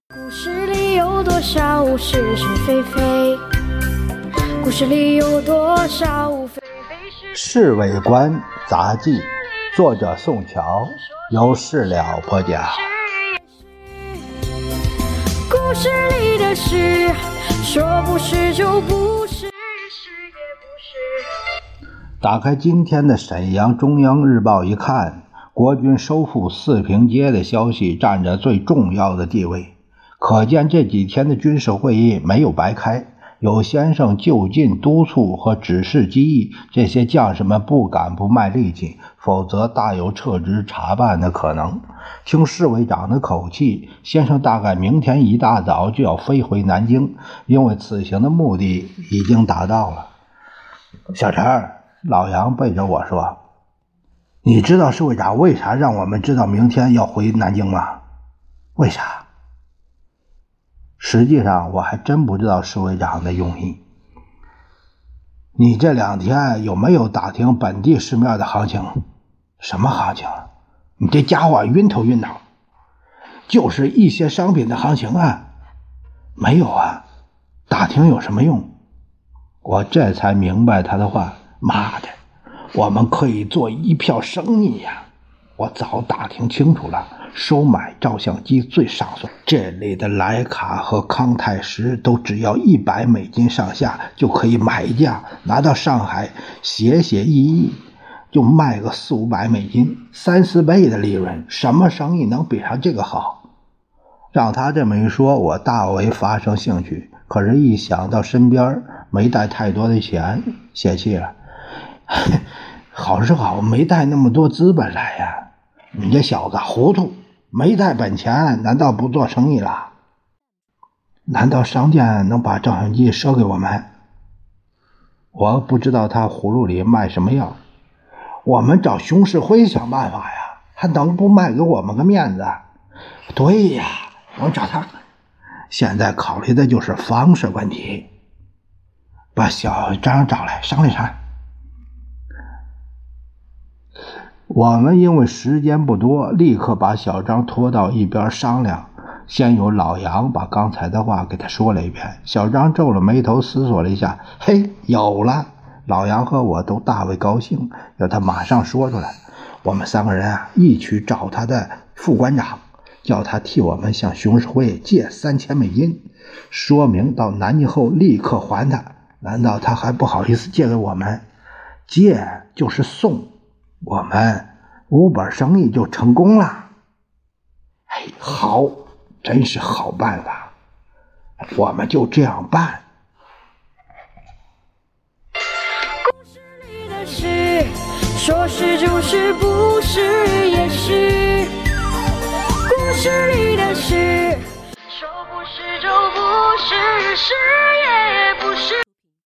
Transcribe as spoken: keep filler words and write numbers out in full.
故事里有多少是是非非？故事里有多少非非是非？ 侍卫官杂记，作者宋乔，由事了播讲。 故事里的事，说不是就不是，是也不是。 打开今天的沈阳中央日报一看，国军收复四平街的消息占着最重要的地位，可见这几天的军事会议没有白开，有先生就近督促和指示机议，这些将士们不敢不卖力气，否则大有撤职查办的可能。听侍卫长的口气，先生大概明天一大早就要飞回南京，因为此行的目的已经达到了。小陈，老杨背着我说，你知道侍卫长为啥让我们知道明天要回南京吗？为啥？实际上我还真不知道侍卫长的用意。你这两天有没有打听本地市面的行情？什么行情？你这家伙晕头晕脑。就是一些商品的行情啊。没有啊，打听有什么用？我这才明白他的话。妈的，我们可以做一票生意呀！我早打听清楚了，收买照相机最上算，这里的徕卡和康泰时都只要一百美金上下就可以买一架，拿到上海写写意意，就卖个四五百美金，三四倍的利润，什么生意能比上这个好？让他这么一说，我大为发生兴趣，可是一想到身边没带太多的钱，泄气了。好是好，没带那么多资本来呀！你这小子糊涂，没带本钱，难道不做生意了？难道商店能把照相机赊给我们？我不知道他葫芦里卖什么药，我们找熊世辉想办法呀，他能不卖给我们个面子？对呀，我找他。现在考虑的就是方式问题，把小张找来商量商量。我们因为时间不多，立刻把小张拖到一边商量。先由老杨把刚才的话给他说了一遍，小张皱了眉头思索了一下，嘿，有了。老杨和我都大为高兴，要他马上说出来。我们三个人啊，一起找他的副馆长，叫他替我们向熊世辉借三千美金，说明到南京后立刻还他。难道他还不好意思借给我们？借就是送，我们五本生意就成功了。哎，好，真是好办法，我们就这样办。 故事里的事，说是就是，不是也是。故事里的事，说不是就不是，是也不是。